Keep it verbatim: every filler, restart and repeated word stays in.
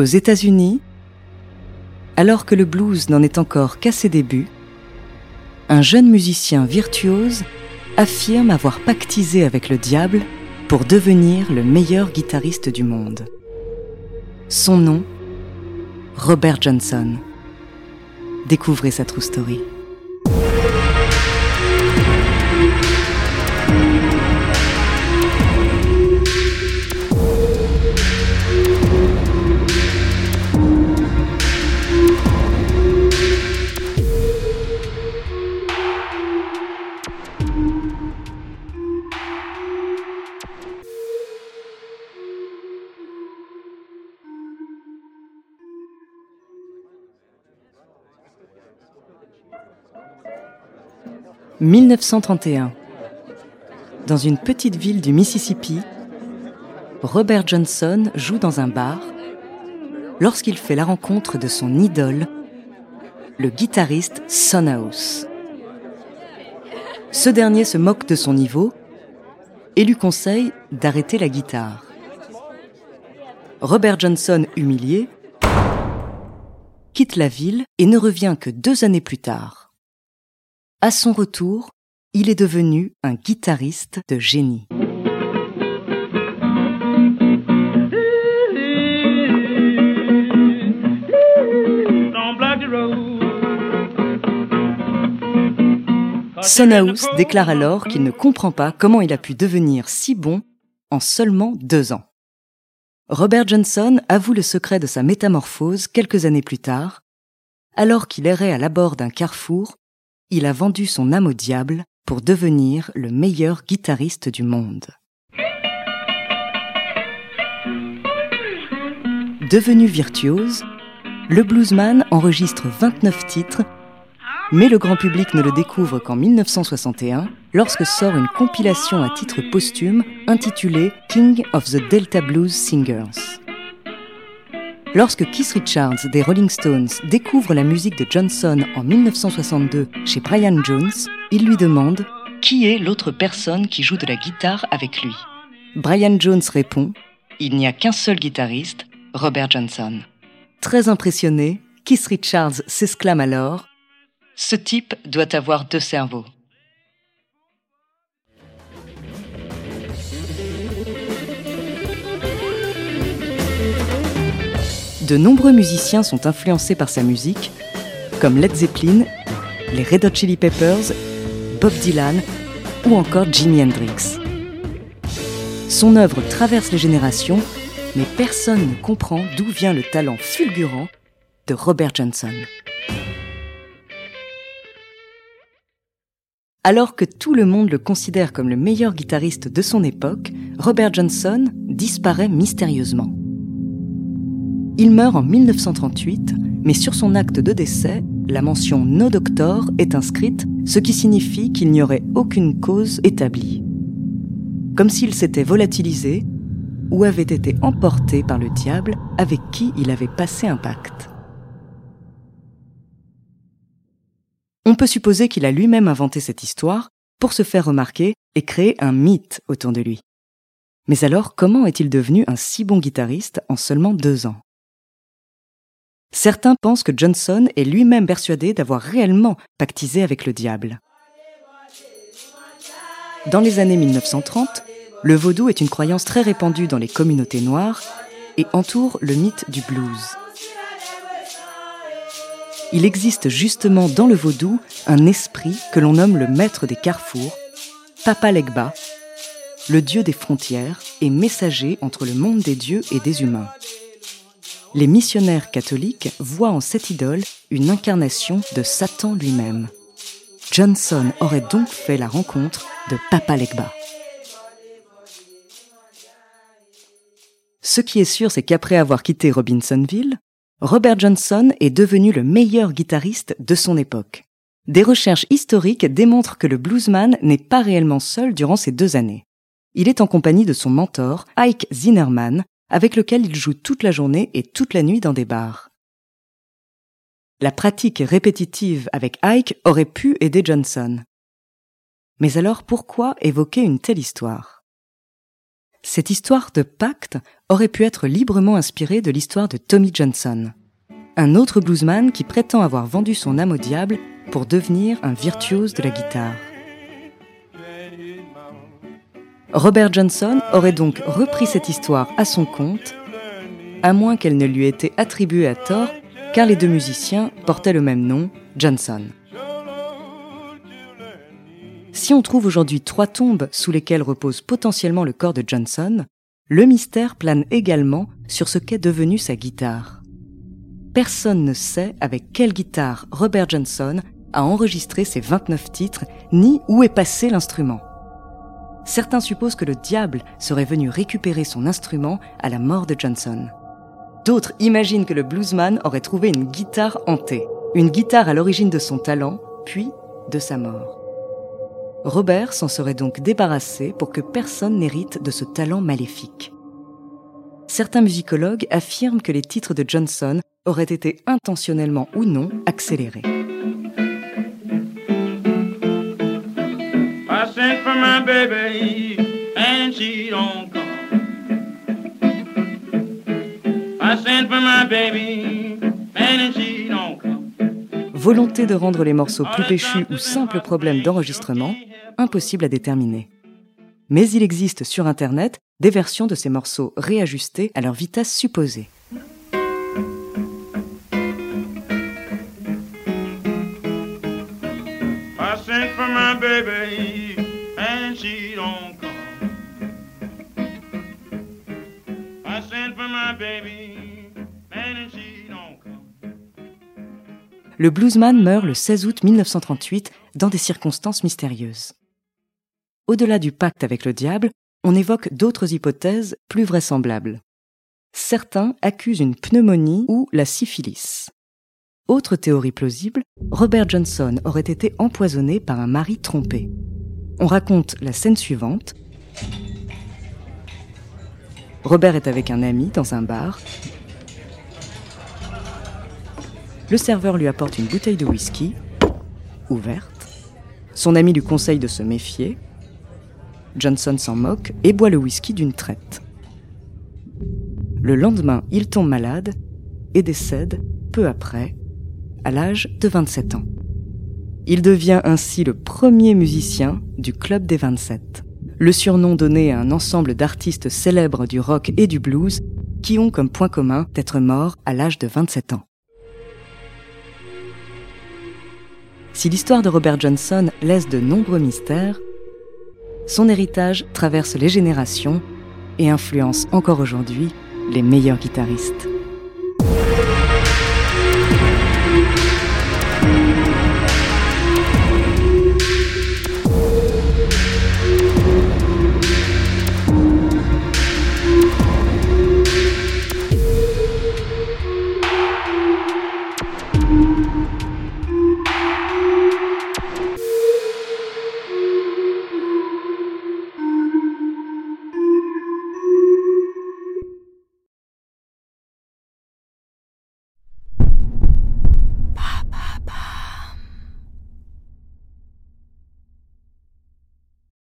Aux États-Unis, alors que le blues n'en est encore qu'à ses débuts, un jeune musicien virtuose affirme avoir pactisé avec le diable pour devenir le meilleur guitariste du monde. Son nom, Robert Johnson. Découvrez sa true story. mille neuf cent trente et un. Dans une petite ville du Mississippi, Robert Johnson joue dans un bar lorsqu'il fait la rencontre de son idole, le guitariste Son House. Ce dernier se moque de son niveau et lui conseille d'arrêter la guitare. Robert Johnson, humilié, quitte la ville et ne revient que deux années plus tard. À son retour, il est devenu un guitariste de génie. Son House déclare alors qu'il ne comprend pas comment il a pu devenir si bon en seulement deux ans. Robert Johnson avoue le secret de sa métamorphose quelques années plus tard, alors qu'il errait à l'abord d'un carrefour. Il a vendu son âme au diable pour devenir le meilleur guitariste du monde. Devenu virtuose, le bluesman enregistre vingt-neuf titres, mais le grand public ne le découvre qu'en mille neuf cent soixante et un, lorsque sort une compilation à titre posthume intitulée King of the Delta Blues Singers. Lorsque Keith Richards des Rolling Stones découvre la musique de Johnson en mille neuf cent soixante-deux chez Brian Jones, il lui demande « Qui est l'autre personne qui joue de la guitare avec lui ?» Brian Jones répond « Il n'y a qu'un seul guitariste, Robert Johnson. » Très impressionné, Keith Richards s'exclame alors « Ce type doit avoir deux cerveaux. » De nombreux musiciens sont influencés par sa musique, comme Led Zeppelin, les Red Hot Chili Peppers, Bob Dylan ou encore Jimi Hendrix. Son œuvre traverse les générations, mais personne ne comprend d'où vient le talent fulgurant de Robert Johnson. Alors que tout le monde le considère comme le meilleur guitariste de son époque, Robert Johnson disparaît mystérieusement. Il meurt en mille neuf cent trente-huit, mais sur son acte de décès, la mention « No Doctor » est inscrite, ce qui signifie qu'il n'y aurait aucune cause établie. Comme s'il s'était volatilisé ou avait été emporté par le diable avec qui il avait passé un pacte. On peut supposer qu'il a lui-même inventé cette histoire pour se faire remarquer et créer un mythe autour de lui. Mais alors, comment est-il devenu un si bon guitariste en seulement deux ans ? Certains pensent que Johnson est lui-même persuadé d'avoir réellement pactisé avec le diable. Dans les années mille neuf cent trente, le vaudou est une croyance très répandue dans les communautés noires et entoure le mythe du blues. Il existe justement dans le vaudou un esprit que l'on nomme le maître des carrefours, Papa Legba, le dieu des frontières et messager entre le monde des dieux et des humains. Les missionnaires catholiques voient en cette idole une incarnation de Satan lui-même. Johnson aurait donc fait la rencontre de Papa Legba. Ce qui est sûr, c'est qu'après avoir quitté Robinsonville, Robert Johnson est devenu le meilleur guitariste de son époque. Des recherches historiques démontrent que le bluesman n'est pas réellement seul durant ces deux années. Il est en compagnie de son mentor, Ike Zinnerman, avec lequel il joue toute la journée et toute la nuit dans des bars. La pratique répétitive avec Ike aurait pu aider Johnson. Mais alors pourquoi évoquer une telle histoire ? Cette histoire de pacte aurait pu être librement inspirée de l'histoire de Tommy Johnson, un autre bluesman qui prétend avoir vendu son âme au diable pour devenir un virtuose de la guitare. Robert Johnson aurait donc repris cette histoire à son compte, à moins qu'elle ne lui ait été attribuée à tort, car les deux musiciens portaient le même nom, Johnson. Si on trouve aujourd'hui trois tombes sous lesquelles repose potentiellement le corps de Johnson, le mystère plane également sur ce qu'est devenue sa guitare. Personne ne sait avec quelle guitare Robert Johnson a enregistré ses vingt-neuf titres, ni où est passé l'instrument. Certains supposent que le diable serait venu récupérer son instrument à la mort de Johnson. D'autres imaginent que le bluesman aurait trouvé une guitare hantée, une guitare à l'origine de son talent, puis de sa mort. Robert s'en serait donc débarrassé pour que personne n'hérite de ce talent maléfique. Certains musicologues affirment que les titres de Johnson auraient été intentionnellement ou non accélérés. I sent for my baby and she don't come. I sent for my baby and she don't come. Volonté de rendre les morceaux plus péchus ou simple problème d'enregistrement, impossible à déterminer. Mais il existe sur Internet des versions de ces morceaux réajustés à leur vitesse supposée. I sent for my baby and she don't come. I sent for my baby and she don't come. Le bluesman meurt le seize août mille neuf cent trente-huit dans des circonstances mystérieuses. Au-delà du pacte avec le diable, on évoque d'autres hypothèses plus vraisemblables. Certains accusent une pneumonie ou la syphilis. Autre théorie plausible, Robert Johnson aurait été empoisonné par un mari trompé. On raconte la scène suivante. Robert est avec un ami dans un bar. Le serveur lui apporte une bouteille de whisky, ouverte. Son ami lui conseille de se méfier. Johnson s'en moque et boit le whisky d'une traite. Le lendemain, il tombe malade et décède peu après, à l'âge de vingt-sept ans. Il devient ainsi le premier musicien du Club des vingt-sept, le surnom donné à un ensemble d'artistes célèbres du rock et du blues qui ont comme point commun d'être morts à l'âge de vingt-sept ans. Si l'histoire de Robert Johnson laisse de nombreux mystères, son héritage traverse les générations et influence encore aujourd'hui les meilleurs guitaristes.